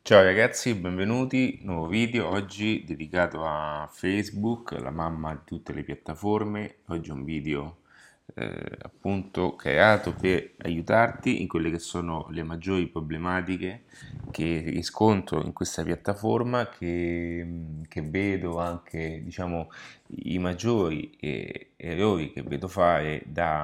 Ciao ragazzi, benvenuti, nuovo video oggi dedicato a Facebook, la mamma di tutte le piattaforme. Oggi è un video appunto creato per aiutarti in quelle che sono le maggiori problematiche che riscontro in questa piattaforma, che vedo anche, diciamo, i maggiori errori che vedo fare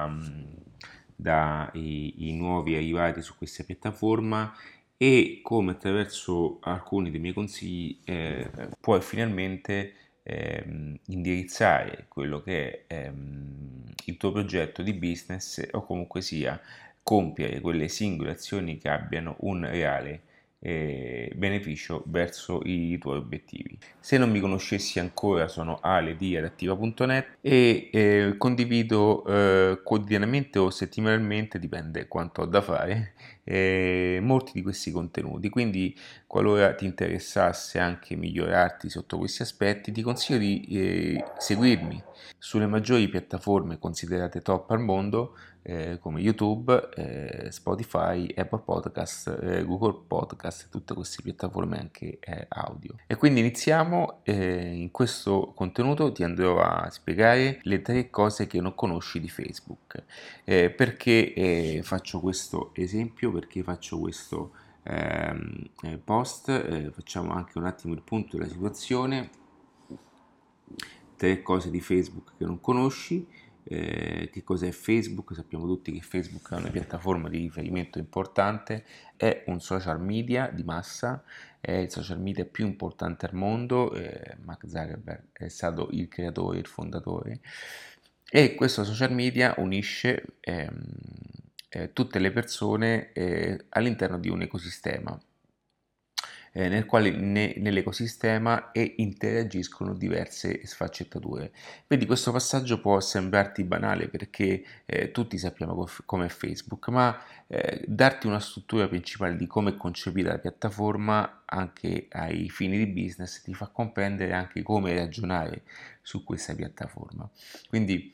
i nuovi arrivati su questa piattaforma e come attraverso alcuni dei miei consigli puoi finalmente indirizzare quello che è il tuo progetto di business o comunque sia compiere quelle singole azioni che abbiano un reale beneficio verso i tuoi obiettivi. Se non mi conoscessi ancora, sono Ale di adattiva.net e condivido quotidianamente o settimanalmente, dipende quanto ho da fare, molti di questi contenuti. Quindi, qualora ti interessasse anche migliorarti sotto questi aspetti, ti consiglio di seguirmi sulle maggiori piattaforme considerate top al mondo, come YouTube, Spotify, Apple Podcast, Google Podcast, tutte queste piattaforme anche audio. E quindi iniziamo. In questo contenuto ti andrò a spiegare le 3 cose che non conosci di Facebook. Perché faccio questo esempio? Perché faccio questo post? Facciamo anche un attimo il punto della situazione. 3 cose di Facebook che non conosci. Che cos'è Facebook? Sappiamo tutti che Facebook è una piattaforma di riferimento importante, è un social media di massa, è il social media più importante al mondo. Mark Zuckerberg è stato il creatore, il fondatore, e questo social media unisce tutte le persone all'interno di un ecosistema nel quale nell'ecosistema interagiscono diverse sfaccettature. Vedi, questo passaggio può sembrarti banale perché tutti sappiamo come è Facebook, ma darti una struttura principale di come è concepita la piattaforma anche ai fini di business ti fa comprendere anche come ragionare su questa piattaforma. Quindi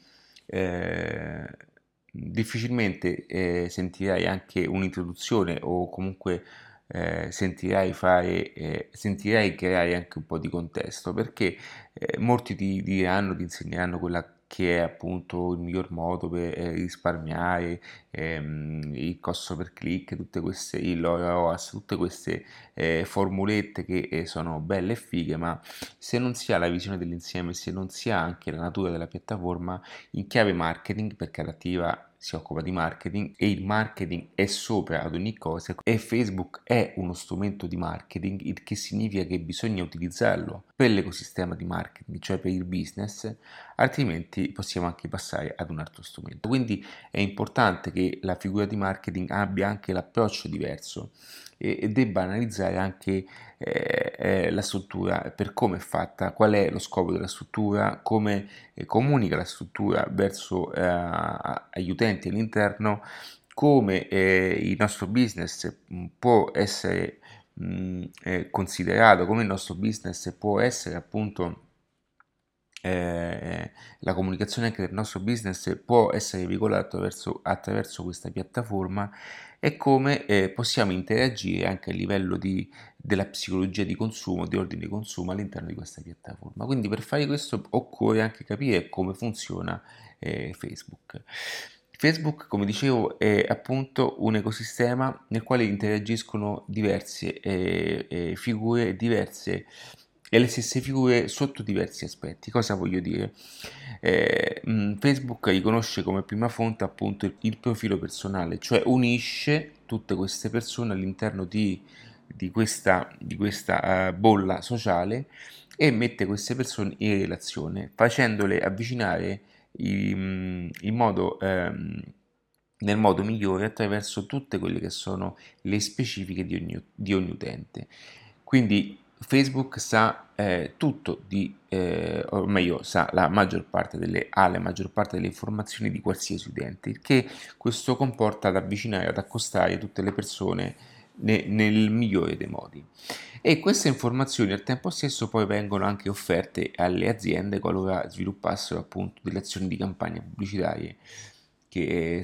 difficilmente sentirai anche un'introduzione o comunque sentirai creare anche un po' di contesto, perché molti ti diranno, ti insegneranno quella che è appunto il miglior modo per risparmiare, il costo per click, tutte queste, il ROAS, tutte queste formulette che sono belle e fighe, ma se non si ha la visione dell'insieme, se non si ha anche la natura della piattaforma in chiave marketing, perché Adattiva si occupa di marketing e il marketing è sopra ad ogni cosa, e Facebook è uno strumento di marketing, il che significa che bisogna utilizzarlo per l'ecosistema di marketing, cioè per il business, altrimenti possiamo anche passare ad un altro strumento. Quindi è importante che la figura di marketing abbia anche l'approccio diverso e debba analizzare anche la struttura, per come è fatta, qual è lo scopo della struttura, come comunica la struttura verso agli utenti all'interno, come il nostro business può essere considerato, come il nostro business può essere appunto la comunicazione anche del nostro business può essere veicolata attraverso questa piattaforma, e come possiamo interagire anche a livello della psicologia di consumo, di ordine di consumo all'interno di questa piattaforma. Quindi per fare questo occorre anche capire come funziona Facebook. Facebook, come dicevo, è appunto un ecosistema nel quale interagiscono diverse figure, diverse e le stesse figure sotto diversi aspetti. Cosa voglio dire? Facebook riconosce come prima fonte appunto il profilo personale, cioè unisce tutte queste persone all'interno di questa bolla sociale e mette queste persone in relazione, facendole avvicinare in modo, nel modo migliore attraverso tutte quelle che sono le specifiche di ogni utente. Quindi Facebook sa tutto o meglio, sa la maggior parte delle informazioni di qualsiasi utente, il che questo comporta ad avvicinare, ad accostare tutte le persone nel migliore dei modi. E queste informazioni al tempo stesso poi vengono anche offerte alle aziende qualora sviluppassero appunto delle azioni di campagne pubblicitarie che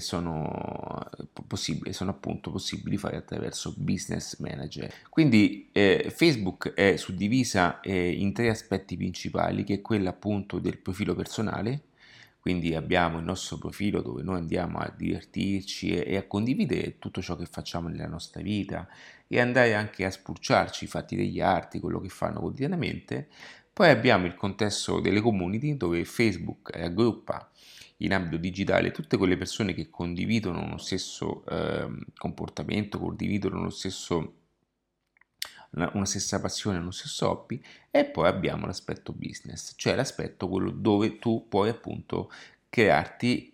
sono appunto possibili fare attraverso Business Manager. Quindi Facebook è suddivisa in tre aspetti principali, che è quella appunto del profilo personale. Quindi abbiamo il nostro profilo dove noi andiamo a divertirci e a condividere tutto ciò che facciamo nella nostra vita e andare anche a spulciarci i fatti degli altri, quello che fanno quotidianamente. Poi abbiamo il contesto delle community, dove Facebook raggruppa in ambito digitale tutte quelle persone che condividono uno stesso comportamento, condividono una stessa passione, uno stesso hobby. E poi abbiamo l'aspetto business, cioè l'aspetto quello dove tu puoi appunto crearti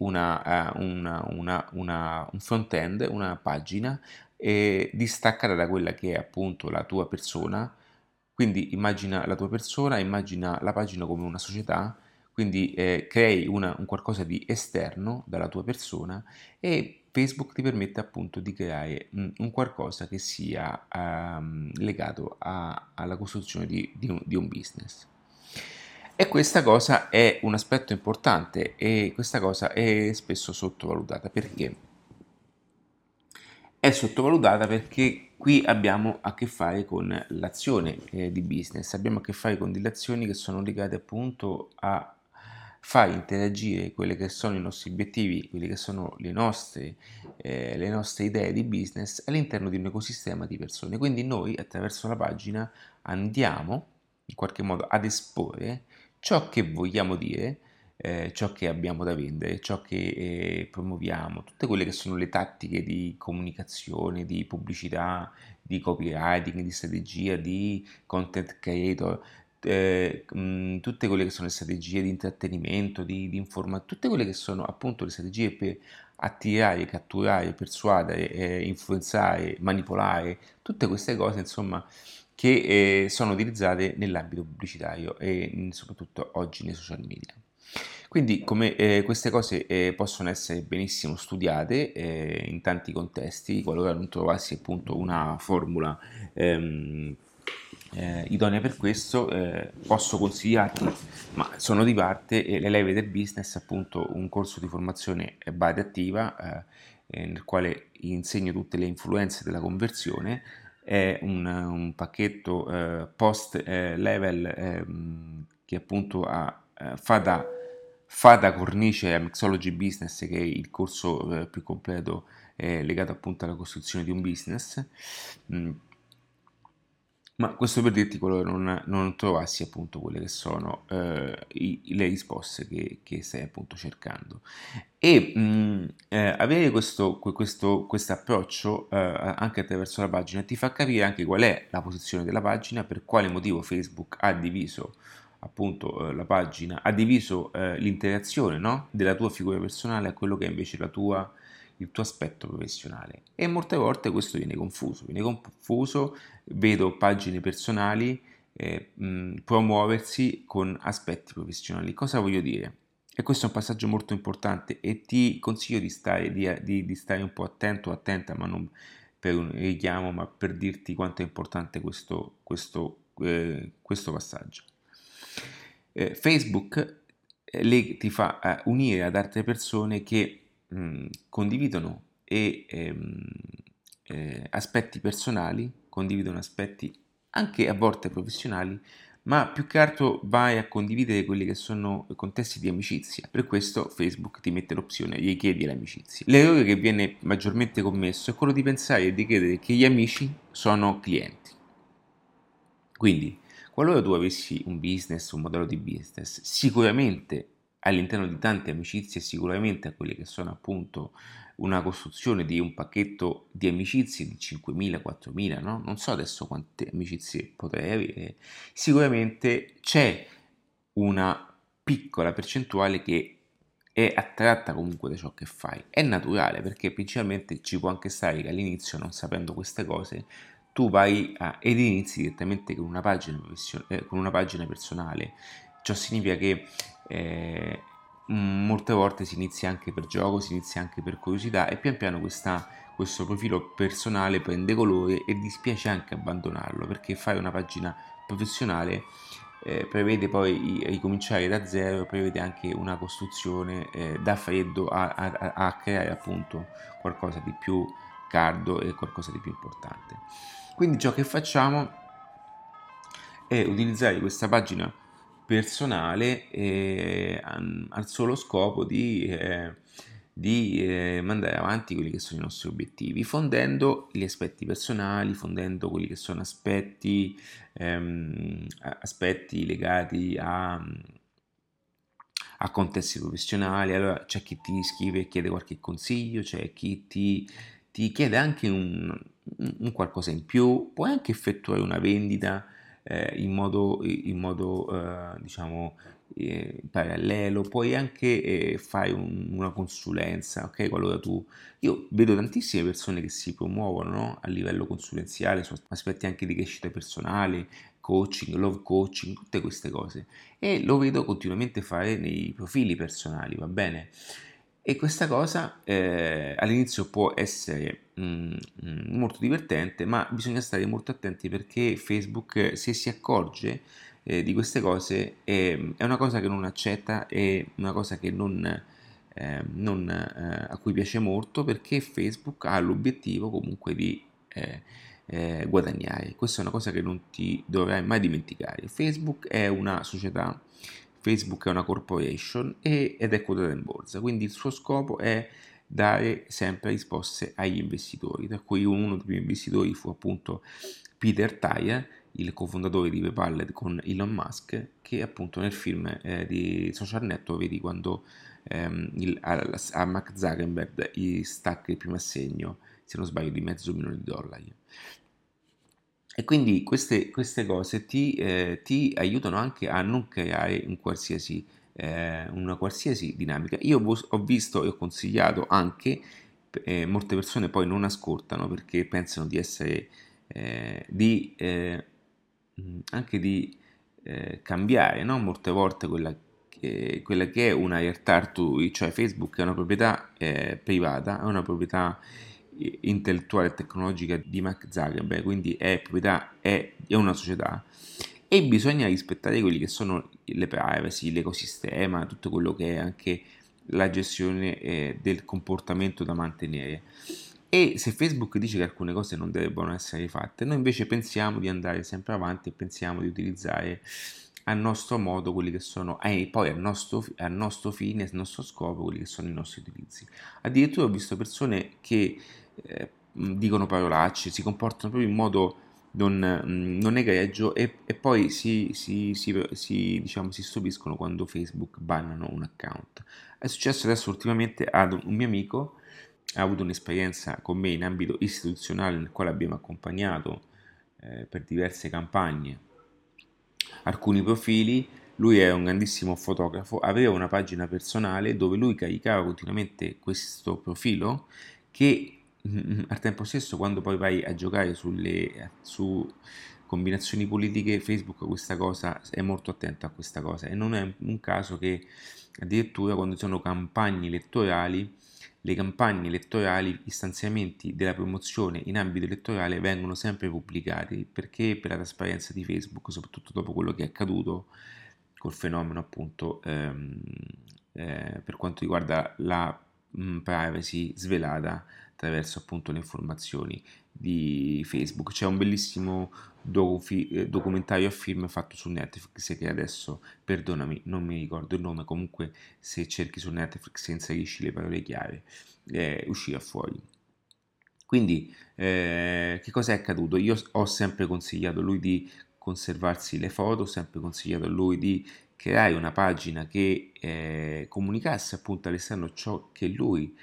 un front-end, una pagina distaccata da quella che è appunto la tua persona. Quindi immagina la tua persona, immagina la pagina come una società, quindi crei un qualcosa di esterno dalla tua persona, e Facebook ti permette appunto di creare un qualcosa che sia legato alla costruzione di un business. E questa cosa è un aspetto importante, e questa cosa è spesso sottovalutata. Perché? È sottovalutata perché qui abbiamo a che fare con l'azione di business, abbiamo a che fare con delle azioni che sono legate appunto a far interagire quelli che sono i nostri obiettivi, quelle che sono le nostre idee di business all'interno di un ecosistema di persone. Quindi noi attraverso la pagina andiamo in qualche modo ad esporre ciò che vogliamo dire, ciò che abbiamo da vendere, ciò che promuoviamo, tutte quelle che sono le tattiche di comunicazione, di pubblicità, di copywriting, di strategia, di content creator, tutte quelle che sono le strategie di intrattenimento, di tutte quelle che sono appunto le strategie per attirare, catturare, persuadere, influenzare, manipolare, tutte queste cose insomma che sono utilizzate nell'ambito pubblicitario e soprattutto oggi nei social media. Quindi come queste cose possono essere benissimo studiate in tanti contesti, qualora non trovassi appunto una formula idonea per questo, posso consigliarti, ma sono di parte, le leve del business, appunto un corso di formazione base attiva nel quale insegno tutte le influenze della conversione. È un pacchetto post level che appunto fa da cornice a Mixology Business, che è il corso più completo legato appunto alla costruzione di un business. Mm. Ma questo per dirti quello che non trovassi appunto quelle che sono le risposte che stai appunto cercando. E avere questo approccio anche attraverso la pagina ti fa capire anche qual è la posizione della pagina, per quale motivo Facebook ha diviso appunto la pagina, ha diviso l'interazione, no? Della tua figura personale a quello che è invece il tuo aspetto professionale. E molte volte questo viene confuso, vedo pagine personali promuoversi con aspetti professionali. Cosa voglio dire? E questo è un passaggio molto importante, e ti consiglio di stare un po' attento o attenta, ma non per un richiamo, ma per dirti quanto è importante questo passaggio. Facebook ti fa unire ad altre persone che condividono aspetti personali, condividono aspetti anche a volte professionali, ma più che altro vai a condividere quelli che sono contesti di amicizia. Per questo Facebook ti mette l'opzione, gli chiedi l'amicizia. L'errore che viene maggiormente commesso è quello di pensare e di credere che gli amici sono clienti. Quindi, qualora tu avessi un business, un modello di business, sicuramente all'interno di tante amicizie, sicuramente a quelle che sono appunto una costruzione di un pacchetto di amicizie di 5.000, 4.000, no? Non so adesso quante amicizie potrei avere, sicuramente c'è una piccola percentuale che è attratta comunque da ciò che fai. È naturale, perché principalmente ci può anche stare che all'inizio, non sapendo queste cose, tu ed inizi direttamente con una pagina personale. Ciò significa che molte volte si inizia anche per gioco, si inizia anche per curiosità, e pian piano questo profilo personale prende colore e dispiace anche abbandonarlo, perché fare una pagina professionale prevede poi di ricominciare da zero, prevede anche una costruzione da freddo a creare appunto qualcosa di più caldo e qualcosa di più importante. Quindi ciò che facciamo è utilizzare questa pagina personale al solo scopo di mandare avanti quelli che sono i nostri obiettivi, fondendo gli aspetti personali, fondendo quelli che sono aspetti legati a contesti professionali. Allora c'è chi ti scrive e chiede qualche consiglio, c'è chi ti chiede anche un qualcosa in più, puoi anche effettuare una vendita in modo diciamo parallelo, puoi anche fare una consulenza, ok? Qualora io vedo tantissime persone che si promuovono, no? A livello consulenziale su aspetti anche di crescita personale, coaching, love coaching, tutte queste cose, e lo vedo continuamente fare nei profili personali, va bene? E questa cosa all'inizio può essere molto divertente, ma bisogna stare molto attenti perché Facebook, se si accorge di queste cose, è una cosa che non accetta, è una cosa che a cui piace molto, perché Facebook ha l'obiettivo comunque di guadagnare. Questa è una cosa che non ti dovrai mai dimenticare. Facebook è una società, Facebook è una corporation ed è quotata in borsa, quindi il suo scopo è dare sempre risposte agli investitori, tra cui uno dei primi investitori fu appunto Peter Thiel, il cofondatore di PayPal con Elon Musk, che appunto nel film di Social Network vedi quando a Mark Zuckerberg gli stacca il primo assegno, se non sbaglio, di $500,000. E quindi queste cose ti aiutano anche a non creare una qualsiasi dinamica. Io ho visto e ho consigliato anche, molte persone poi non ascoltano perché pensano di essere, anche di cambiare, no? Molte volte quella che è una realtà altrui, cioè Facebook è una proprietà privata, è una proprietà intellettuale e tecnologica di Mark Zuckerberg, quindi è una società, e bisogna rispettare quelli che sono le privacy, l'ecosistema, tutto quello che è anche la gestione del comportamento da mantenere. E se Facebook dice che alcune cose non debbono essere fatte, noi invece pensiamo di andare sempre avanti e pensiamo di utilizzare a nostro modo quelli che sono, e poi al nostro fine, al nostro scopo, quelli che sono i nostri utilizzi. Addirittura ho visto persone che dicono parolacce, si comportano proprio in modo non egregio, e poi diciamo, si stupiscono quando Facebook bannano un account. È successo adesso ultimamente ad un mio amico, ha avuto un'esperienza con me in ambito istituzionale nel quale abbiamo accompagnato per diverse campagne alcuni profili. Lui è un grandissimo fotografo, aveva una pagina personale dove lui caricava continuamente questo profilo che al tempo stesso, quando poi vai a giocare su combinazioni politiche, Facebook questa cosa è molto attento a questa cosa, e non è un caso che addirittura quando ci sono campagne elettorali, le campagne elettorali, gli stanziamenti della promozione in ambito elettorale vengono sempre pubblicati, perché per la trasparenza di Facebook, soprattutto dopo quello che è accaduto col fenomeno appunto per quanto riguarda la privacy svelata attraverso appunto le informazioni di Facebook. C'è un bellissimo documentario a film fatto su Netflix che adesso, perdonami, non mi ricordo il nome, comunque se cerchi su Netflix e inserisci le parole chiave uscirà fuori. Quindi che cosa è accaduto? Io ho sempre consigliato a lui di conservarsi le foto, ho sempre consigliato a lui di creare una pagina che comunicasse appunto all'esterno ciò che lui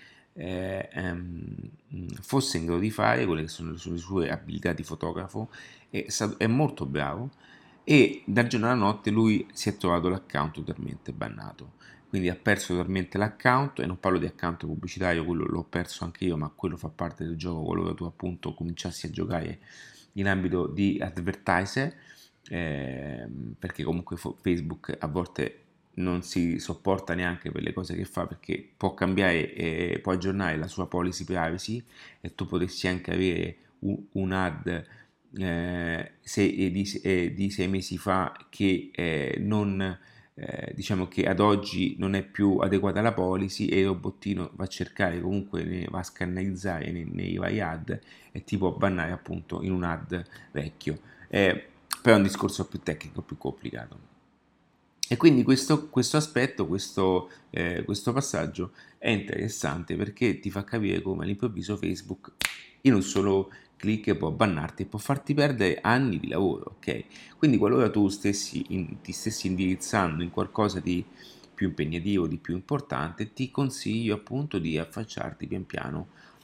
fosse in grado di fare, quelle che sono le sue abilità di fotografo. È molto bravo, e dal giorno alla notte lui si è trovato l'account totalmente bannato, quindi ha perso totalmente l'account. E non parlo di account pubblicitario, quello l'ho perso anche io, ma quello fa parte del gioco qualora tu appunto cominciassi a giocare in ambito di advertiser, perché comunque Facebook a volte non si sopporta neanche per le cose che fa, perché può cambiare e può aggiornare la sua policy privacy, e tu potresti anche avere un ad di 6 mesi fa che non diciamo che ad oggi non è più adeguata la policy e il robottino va a cercare comunque, va a scannerizzare nei vari ad e ti può bannare appunto in un ad vecchio. Però è un discorso più tecnico, più complicato. E quindi questo aspetto, questo passaggio è interessante perché ti fa capire come all'improvviso Facebook in un solo clic può bannarti e può farti perdere anni di lavoro, ok? Quindi qualora tu ti stessi indirizzando in qualcosa di più impegnativo, di più importante, ti consiglio appunto di affacciarti pian piano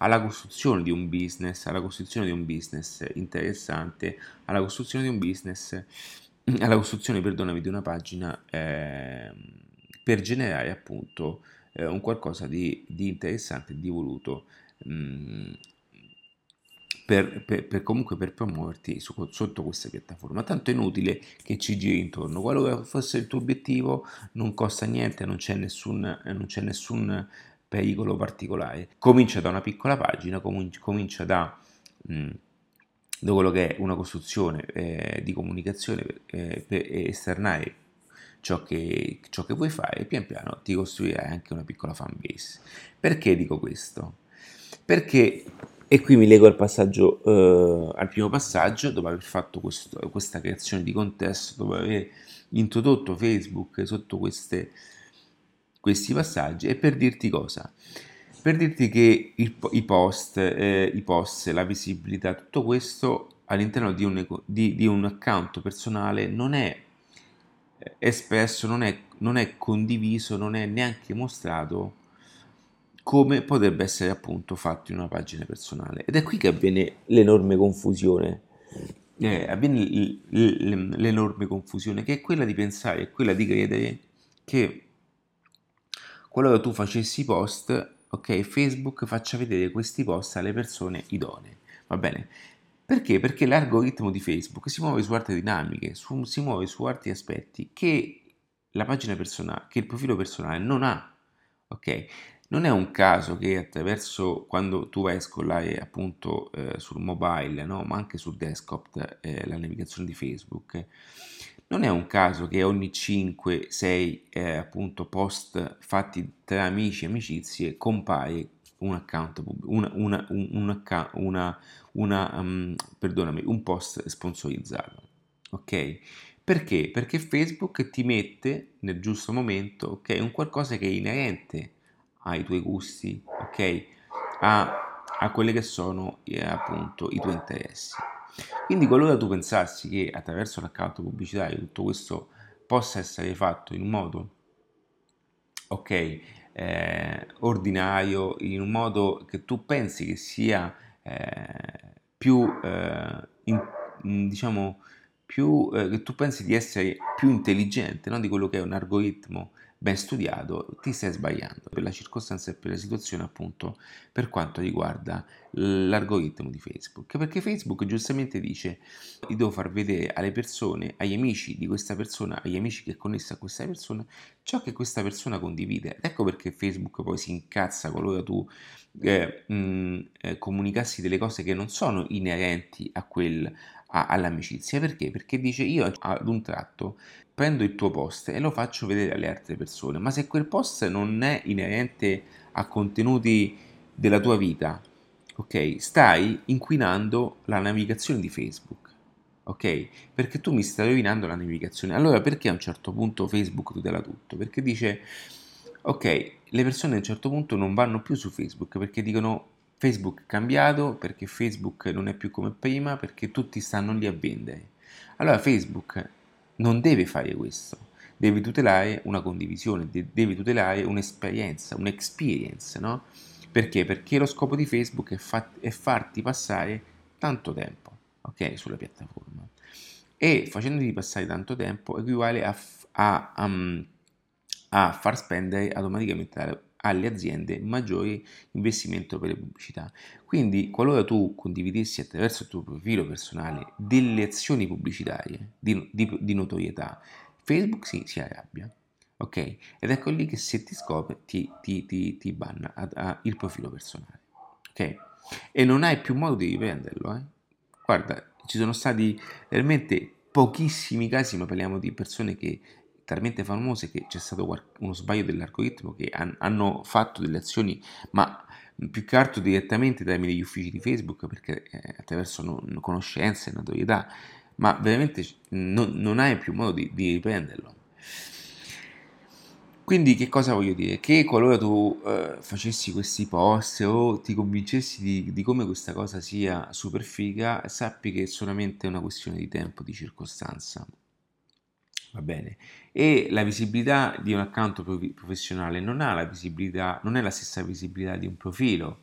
alla costruzione di un business interessante, alla costruzione di un business alla costruzione, perdonami, di una pagina per generare appunto un qualcosa di interessante e di voluto mh, comunque per promuoverti sotto questa piattaforma. Tanto è inutile che ci giri intorno. Qualora fosse il tuo obiettivo, non costa niente, non c'è nessun pericolo particolare. Comincia da una piccola pagina, comincia mh, da quello che è una costruzione di comunicazione per esternare ciò che vuoi fare e pian piano ti costruirai anche una piccola fan base. Perché dico questo? Perché, e qui mi lego al primo passaggio, dopo aver fatto questa creazione di contesto, dopo aver introdotto Facebook sotto questi passaggi, è per dirti cosa? Per dirti che i post, la visibilità, tutto questo all'interno di un account personale non è espresso, non è condiviso, non è neanche mostrato come potrebbe essere appunto fatto in una pagina personale. Ed è qui che avviene l'enorme confusione. L'enorme confusione che è quella di pensare, è quella di credere che qualora tu facessi post, ok, Facebook faccia vedere questi post alle persone idonee, va bene? Perché? Perché l'algoritmo di Facebook si muove su altre dinamiche, si muove su altri aspetti che la pagina personale, che il profilo personale non ha, ok? Non è un caso che attraverso quando tu vai a scrollare appunto sul mobile, no? Ma anche sul desktop, la navigazione di Facebook, non è un caso che ogni 5-6 appunto post fatti tra amici e amicizie compare un account, perdonami, un post sponsorizzato. Ok? Perché? Perché Facebook ti mette nel giusto momento, ok, un qualcosa che è inerente ai tuoi gusti, ok? A quelli che sono appunto i tuoi interessi. Quindi qualora tu pensassi che attraverso l'account pubblicitario tutto questo possa essere fatto in un modo, ok, ordinario, in un modo che tu pensi che sia più, diciamo, che tu pensi di essere più intelligente, no, di quello che è un algoritmo ben studiato, ti stai sbagliando per la circostanza e per la situazione appunto per quanto riguarda l'algoritmo di Facebook, perché Facebook giustamente dice io devo far vedere alle persone, agli amici di questa persona, agli amici che è connesso a questa persona, ciò che questa persona condivide. Ed ecco perché Facebook poi si incazza qualora tu comunicassi delle cose che non sono inerenti all'amicizia. Perché? Perché dice io ad un tratto prendo il tuo post e lo faccio vedere alle altre persone, ma se quel post non è inerente a contenuti della tua vita, ok, stai inquinando la navigazione di Facebook, ok? Perché tu mi stai rovinando la navigazione. Allora perché a un certo punto Facebook tutela tutto? Perché dice, ok, le persone a un certo punto non vanno più su Facebook perché dicono Facebook è cambiato, perché Facebook non è più come prima, perché tutti stanno lì a vendere. Allora Facebook non deve fare questo, deve tutelare una condivisione, deve tutelare un'esperienza, un'experience, no? Perché? Perché lo scopo di Facebook è farti passare tanto tempo, ok, sulla piattaforma. E facendoti passare tanto tempo equivale a far spendere automaticamente alle aziende maggiori investimento per le pubblicità. Quindi, qualora tu condividessi attraverso il tuo profilo personale delle azioni pubblicitarie di notorietà, Facebook si arrabbia. Ok? Ed ecco lì che se ti scopre ti banna il profilo personale. Ok? E non hai più modo di riprenderlo. Guarda, ci sono stati veramente pochissimi casi, ma parliamo di persone che talmente famose che c'è stato uno sbaglio dell'algoritmo che hanno fatto delle azioni, ma più che altro direttamente tramite gli uffici di Facebook, perché attraverso conoscenze, notorietà, ma veramente non hai più modo di riprenderlo. Quindi che cosa voglio dire? Che qualora tu facessi questi post o ti convincessi di come questa cosa sia super figa, sappi che è solamente una questione di tempo, di circostanza. Va bene. E la visibilità di un account professionale non ha la visibilità, non è la stessa visibilità di un profilo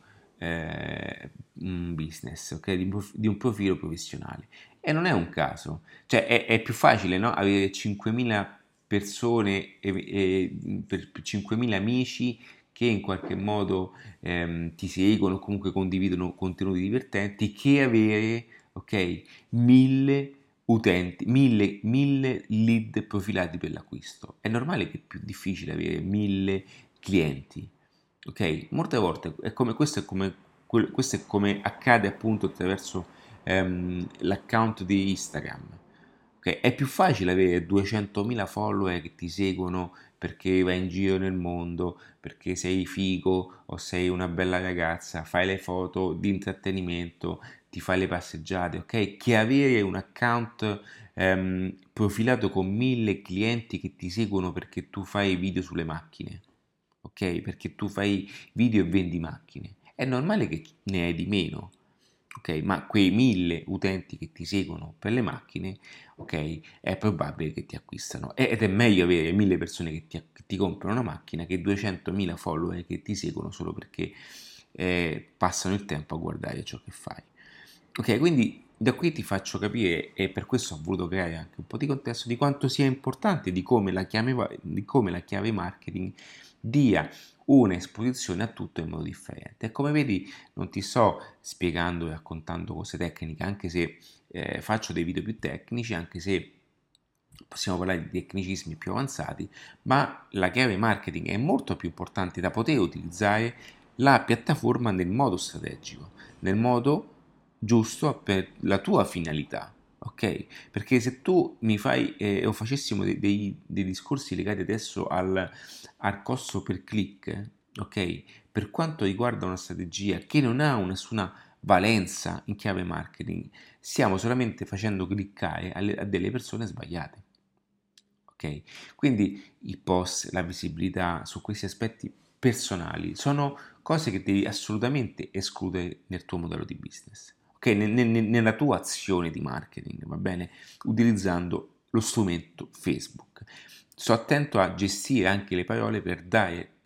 un business, ok? Di un profilo professionale. E non è un caso. Cioè è più facile, no? Avere 5.000 persone per 5.000 amici che in qualche modo ti seguono o comunque condividono contenuti divertenti che avere, ok, 1.000 utenti, 1.000 lead profilati per l'acquisto. È normale che è più difficile avere 1.000 clienti, ok? Molte volte questo è come accade appunto attraverso l'account di Instagram. Okay? È più facile avere 200.000 follower che ti seguono perché vai in giro nel mondo, perché sei figo o sei una bella ragazza, fai le foto di intrattenimento, ti fai le passeggiate, ok? Che avere un account profilato con 1.000 clienti che ti seguono perché tu fai video sulle macchine, ok? Perché tu fai video e vendi macchine. È normale che ne hai di meno, ok? Ma quei 1.000 utenti che ti seguono per le macchine, ok? È probabile che ti acquistano. Ed è meglio avere 1.000 persone che ti comprano una macchina che 200.000 follower che ti seguono solo perché passano il tempo a guardare ciò che fai. Ok, quindi da qui ti faccio capire, e per questo ho voluto creare anche un po' di contesto, di quanto sia importante, di come la chiave marketing dia un'esposizione a tutto in modo differente. E come vedi, non ti sto spiegando e raccontando cose tecniche, anche se faccio dei video più tecnici, anche se possiamo parlare di tecnicismi più avanzati, ma la chiave marketing è molto più importante da poter utilizzare la piattaforma nel modo strategico, nel modo giusto per la tua finalità. Ok? Perché se tu mi fai o facessimo dei discorsi legati adesso al costo per click, ok? Per quanto riguarda una strategia che non ha nessuna valenza in chiave marketing, stiamo solamente facendo cliccare a delle persone sbagliate. Ok? Quindi il post, la visibilità su questi aspetti personali sono cose che devi assolutamente escludere nel tuo modello di business, ok? Nella tua azione di marketing, va bene? Utilizzando lo strumento Facebook. Sto attento a gestire anche le parole per dare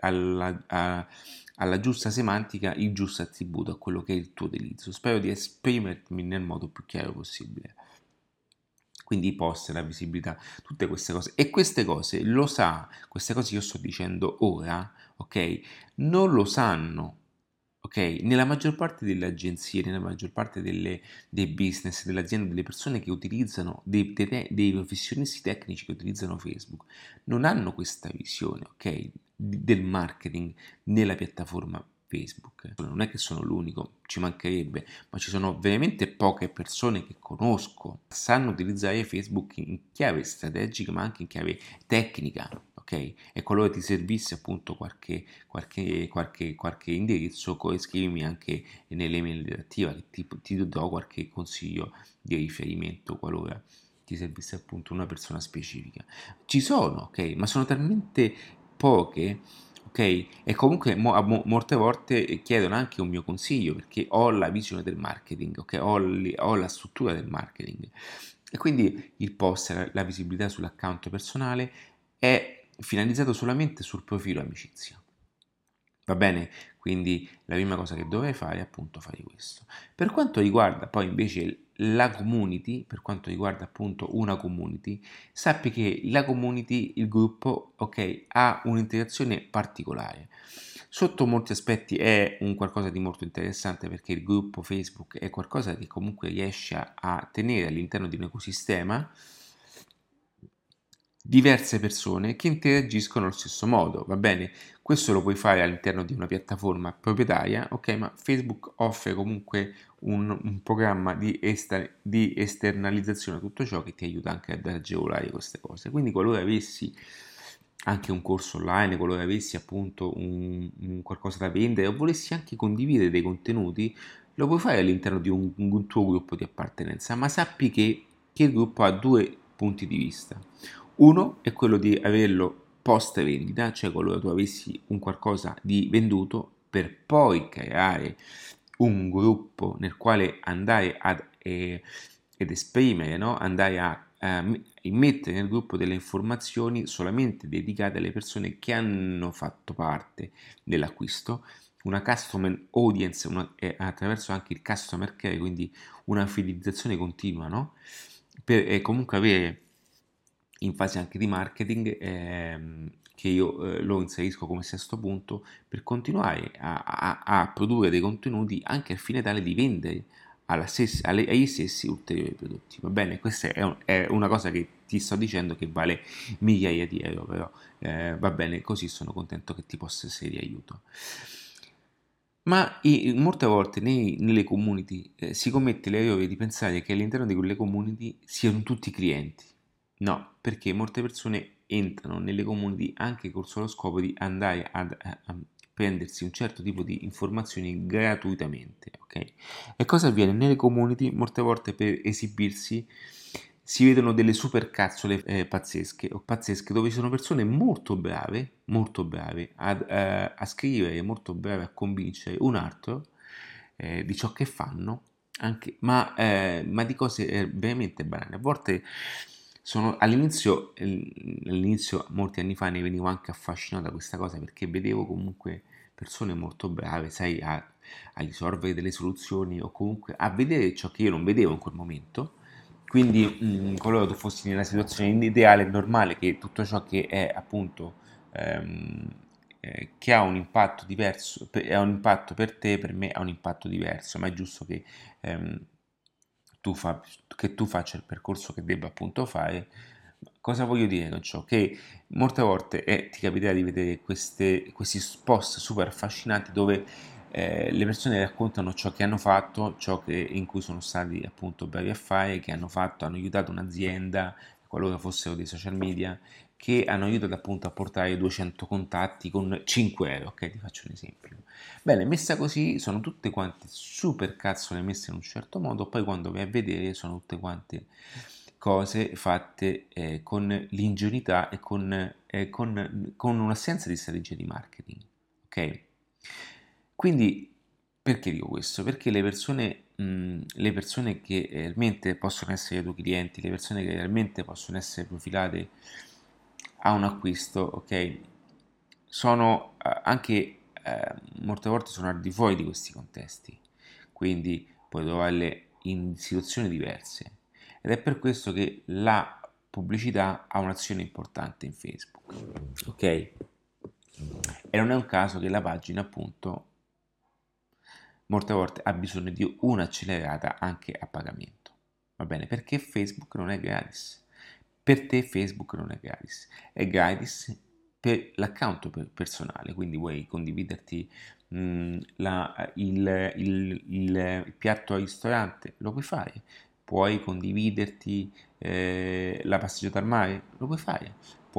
alla giusta semantica il giusto attributo a quello che è il tuo utilizzo. Spero di esprimermi nel modo più chiaro possibile. Quindi i post, la visibilità, tutte queste cose. E queste cose lo sa, queste cose che io sto dicendo ora, ok? Non lo sanno, ok? Nella maggior parte delle agenzie, nella maggior parte dei business, delle aziende, delle persone che utilizzano, dei professionisti tecnici che utilizzano Facebook, non hanno questa visione, ok? Del marketing nella piattaforma Facebook. Non è che sono l'unico, ci mancherebbe, ma ci sono veramente poche persone che conosco, sanno utilizzare Facebook in chiave strategica, ma anche in chiave tecnica. Ok? E qualora ti servisse appunto qualche indirizzo, scrivimi anche nell'email direttiva che ti do qualche consiglio di riferimento qualora ti servisse appunto una persona specifica. Ci sono, ok? Ma sono talmente poche, ok? E comunque molte volte chiedono anche un mio consiglio perché ho la visione del marketing, ok? Ho la struttura del marketing. E quindi il post, la visibilità sull'account personale è finalizzato solamente sul profilo amicizia. Va bene? Quindi la prima cosa che dovrei fare è appunto fare questo. Per quanto riguarda poi invece la community, per quanto riguarda appunto una community, sappi che la community, il gruppo, ok, ha un'interazione particolare. Sotto molti aspetti è un qualcosa di molto interessante perché il gruppo Facebook è qualcosa che comunque riesce a tenere all'interno di un ecosistema diverse persone che interagiscono allo stesso modo, va bene? Questo lo puoi fare all'interno di una piattaforma proprietaria, ok? Ma Facebook offre comunque un programma di esternalizzazione, tutto ciò che ti aiuta anche ad agevolare queste cose. Quindi qualora avessi anche un corso online, qualora avessi appunto un qualcosa da vendere o volessi anche condividere dei contenuti, lo puoi fare all'interno di un tuo gruppo di appartenenza, ma sappi che il gruppo ha due punti di vista. Uno è quello di averlo post vendita, cioè qualora tu avessi un qualcosa di venduto per poi creare un gruppo nel quale andare ed esprimere, no? Andare a immettere nel gruppo delle informazioni solamente dedicate alle persone che hanno fatto parte dell'acquisto, una customer audience attraverso anche il customer care, quindi una fidelizzazione continua, no? Per comunque avere in fase anche di marketing, che io lo inserisco come sesto punto, per continuare a produrre dei contenuti anche al fine tale di vendere agli stessi ulteriori prodotti. Va bene, questa è una cosa che ti sto dicendo che vale migliaia di euro, però va bene, così sono contento che ti possa essere di aiuto. Ma molte volte nelle community si commette l'errore di pensare che all'interno di quelle community siano tutti clienti. No, perché molte persone entrano nelle community anche col solo scopo di andare a prendersi un certo tipo di informazioni gratuitamente, ok? E cosa avviene? Nelle community molte volte per esibirsi si vedono delle super cazzole pazzesche o pazzesche dove ci sono persone molto brave a scrivere, molto brave a convincere un altro di ciò che fanno, anche, ma di cose veramente banali. A volte all'inizio, molti anni fa, ne venivo anche affascinato da questa cosa perché vedevo comunque persone molto brave, sai, a risolvere delle soluzioni o comunque a vedere ciò che io non vedevo in quel momento. Quindi, qualora tu fossi nella situazione ideale e normale, che tutto ciò che è appunto che ha un impatto diverso, ha un impatto per te, per me ha un impatto diverso, ma è giusto che ehm, che tu faccia il percorso che debba appunto fare. Cosa voglio dire con ciò? Che molte volte ti capiterà di vedere questi post super affascinanti dove le persone raccontano ciò che hanno fatto, in cui sono stati appunto bravi a fare, che hanno fatto, hanno aiutato un'azienda, qualora fossero dei social media, che hanno aiutato appunto a portare 200 contatti con 5 euro, ok? Ti faccio un esempio. Bene, messa così sono tutte quante super cazzole messe in un certo modo, poi quando vai a vedere sono tutte quante cose fatte con l'ingenuità e con un'assenza di strategia di marketing, ok? Quindi perché dico questo? Perché le persone che realmente possono essere i tuoi clienti, le persone che realmente possono essere profilate a un acquisto, ok? Sono anche molte volte sono al di fuori di questi contesti, quindi puoi trovarle in situazioni diverse ed è per questo che la pubblicità ha un'azione importante in Facebook, ok? E non è un caso che la pagina appunto molte volte ha bisogno di un'accelerata anche a pagamento. Va bene? Perché Facebook non è gratis. Per te Facebook non è gratis. È gratis per l'account personale, quindi vuoi condividerti il piatto al ristorante, lo puoi fare. Puoi condividerti la passeggiata al mare, lo puoi fare.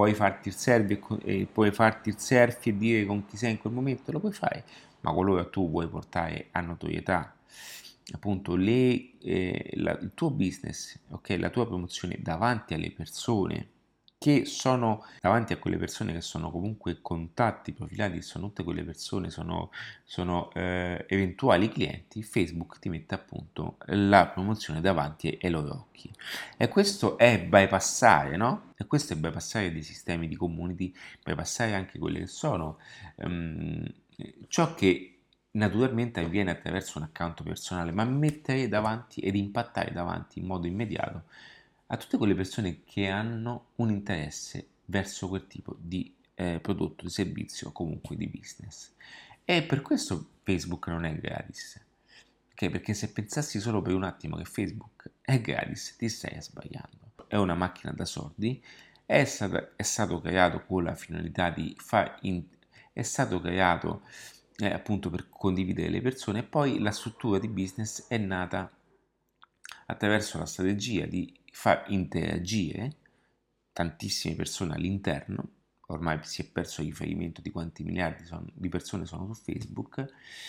Puoi farti il selfie e dire con chi sei in quel momento, lo puoi fare, ma qualora tu vuoi portare a notorietà appunto il tuo business, ok, la tua promozione davanti alle persone che sono davanti a quelle persone che sono comunque contatti profilati, sono tutte quelle persone, sono eventuali clienti, Facebook ti mette appunto la promozione davanti ai loro occhi. E questo è bypassare, no? E questo è bypassare dei sistemi di community, bypassare anche quelle che sono ehm, ciò che naturalmente avviene attraverso un account personale, ma mettere davanti ed impattare davanti in modo immediato a tutte quelle persone che hanno un interesse verso quel tipo di prodotto, di servizio o comunque di business. E per questo Facebook non è gratis. Ok? Perché se pensassi solo per un attimo che Facebook è gratis, ti stai sbagliando. È una macchina da soldi, è stato creato con la finalità di è stato creato appunto per condividere le persone, e poi la struttura di business è nata attraverso la strategia di far interagire tantissime persone all'interno. Ormai si è perso il riferimento di quanti miliardi di persone sono su Facebook,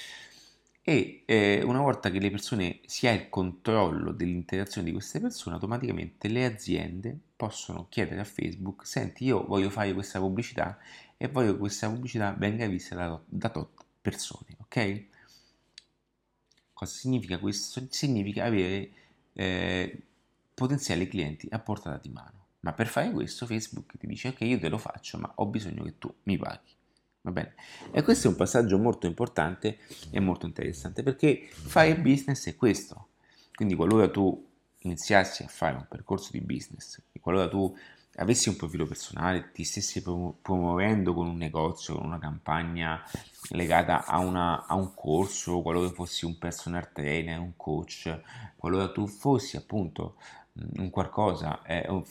e una volta che le persone si ha il controllo dell'interazione di queste persone, automaticamente le aziende possono chiedere a Facebook: senti, io voglio fare questa pubblicità e voglio che questa pubblicità venga vista da tot persone, ok? Cosa significa questo? Significa avere eh, potenziali clienti a portata di mano. Ma per fare questo Facebook ti dice: ok, io te lo faccio, ma ho bisogno che tu mi paghi. Va bene? E questo è un passaggio molto importante e molto interessante, perché fare business è questo. Quindi qualora tu iniziassi a fare un percorso di business, e qualora tu avessi un profilo personale, ti stessi promuovendo con un negozio, con una campagna legata a un corso, qualora fossi un personal trainer, un coach, qualora tu fossi appunto un qualcosa,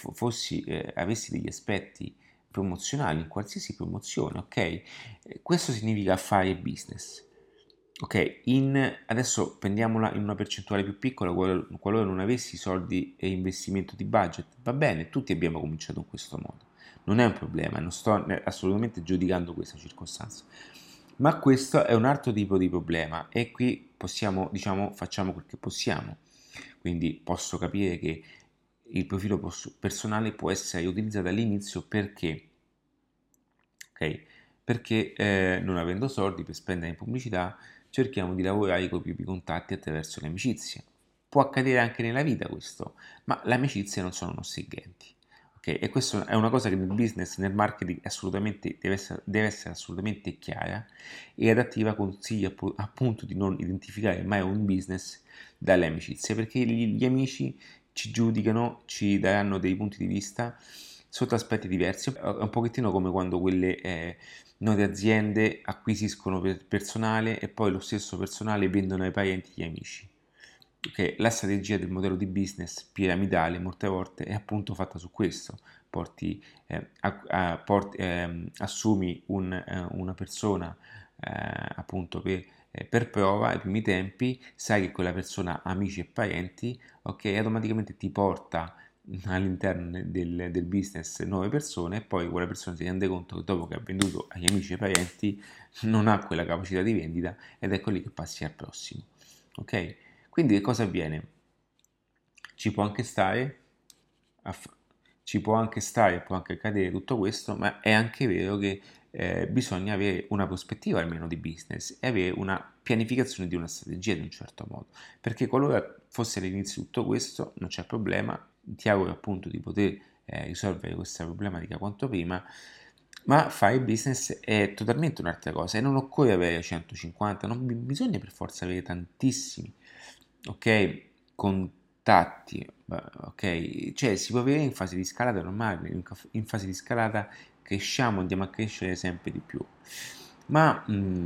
avessi degli aspetti promozionali in qualsiasi promozione, ok? Questo significa fare business. Ok, adesso prendiamola in una percentuale più piccola, qualora non avessi soldi e investimento di budget, va bene, tutti abbiamo cominciato in questo modo, non è un problema, non sto assolutamente giudicando questa circostanza, ma questo è un altro tipo di problema, e qui possiamo, diciamo, facciamo quel che possiamo. Quindi posso capire che il profilo personale può essere utilizzato all'inizio perché, ok? Perché non avendo soldi per spendere in pubblicità, cerchiamo di lavorare con i propri contatti attraverso le amicizie. Può accadere anche nella vita questo, ma le amicizie non sono stringenti. Okay? E questa è una cosa che nel business, nel marketing, assolutamente deve essere assolutamente chiara e adattiva. Consiglio appunto di non identificare mai un business dalle amicizie, perché gli amici ci giudicano, ci daranno dei punti di vista sotto aspetti diversi. È un pochettino come quando quelle note aziende acquisiscono personale e poi lo stesso personale vendono ai parenti e agli amici. Okay, la strategia del modello di business piramidale molte volte è appunto fatta su questo. Assumi una persona appunto per prova ai primi tempi, sai che quella persona ha amici e parenti, ok, automaticamente ti porta all'interno del business nuove persone, e poi quella persona si rende conto che dopo che ha venduto agli amici e ai parenti non ha quella capacità di vendita, ed ecco lì che passi al prossimo, ok? Quindi che cosa avviene? Ci può anche stare, ci può anche stare, può anche accadere tutto questo, ma è anche vero che bisogna avere una prospettiva almeno di business e avere una pianificazione di una strategia di un certo modo, perché qualora fosse all'inizio tutto questo non c'è problema, ti auguro appunto di poter risolvere questa problematica quanto prima, ma fare business è totalmente un'altra cosa e non occorre avere 150, non bisogna per forza avere tantissimi, ok, contatti, ok, cioè si può avere in fase di scalata normale, in fase di scalata cresciamo, andiamo a crescere sempre di più, ma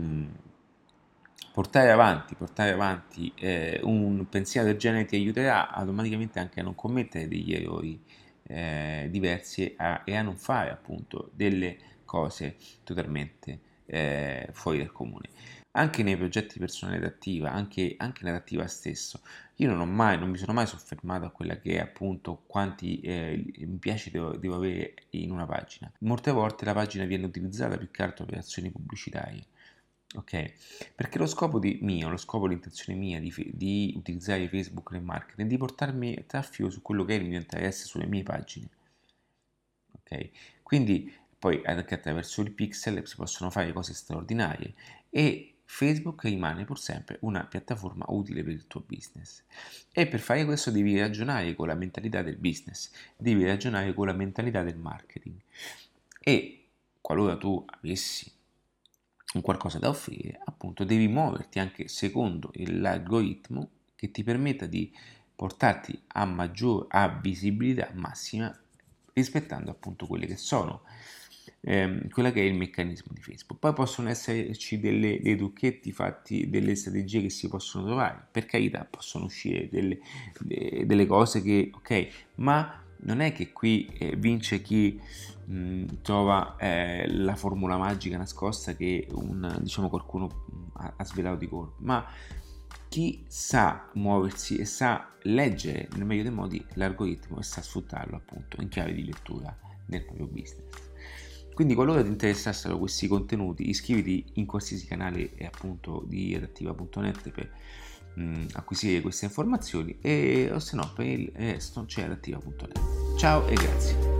portare avanti un pensiero del genere ti aiuterà automaticamente anche a non commettere degli errori diversi e a non fare appunto delle cose totalmente fuori dal comune. Anche nei progetti personali adattiva, anche l'adattiva stesso, io non mi sono mai soffermato a quella che è appunto quanti mi piace devo avere in una pagina. Molte volte la pagina viene utilizzata più che altro per azioni pubblicitarie. Ok, perché lo scopo, l'intenzione mia di utilizzare Facebook nel marketing è di portarmi traffico su quello che è il mio interesse, sulle mie pagine. Ok, quindi poi anche attraverso il pixel si possono fare cose straordinarie, e Facebook rimane pur sempre una piattaforma utile per il tuo business. E per fare questo devi ragionare con la mentalità del business, devi ragionare con la mentalità del marketing, e qualora tu avessi un qualcosa da offrire, appunto devi muoverti anche secondo l'algoritmo che ti permetta di portarti a visibilità massima, rispettando appunto quelle che sono quella che è il meccanismo di Facebook. Poi possono esserci dei trucchetti fatti, delle strategie che si possono trovare, per carità possono uscire delle cose che, ok, ma non è che qui vince chi trova la formula magica nascosta che diciamo qualcuno ha svelato di colpo, ma chi sa muoversi e sa leggere nel meglio dei modi l'algoritmo e sa sfruttarlo appunto in chiave di lettura nel proprio business. Quindi qualora ti interessassero questi contenuti, iscriviti in qualsiasi canale appunto di adattiva.net per acquisire queste informazioni, e o se no per il resto c'è adattiva.net. Ciao e grazie.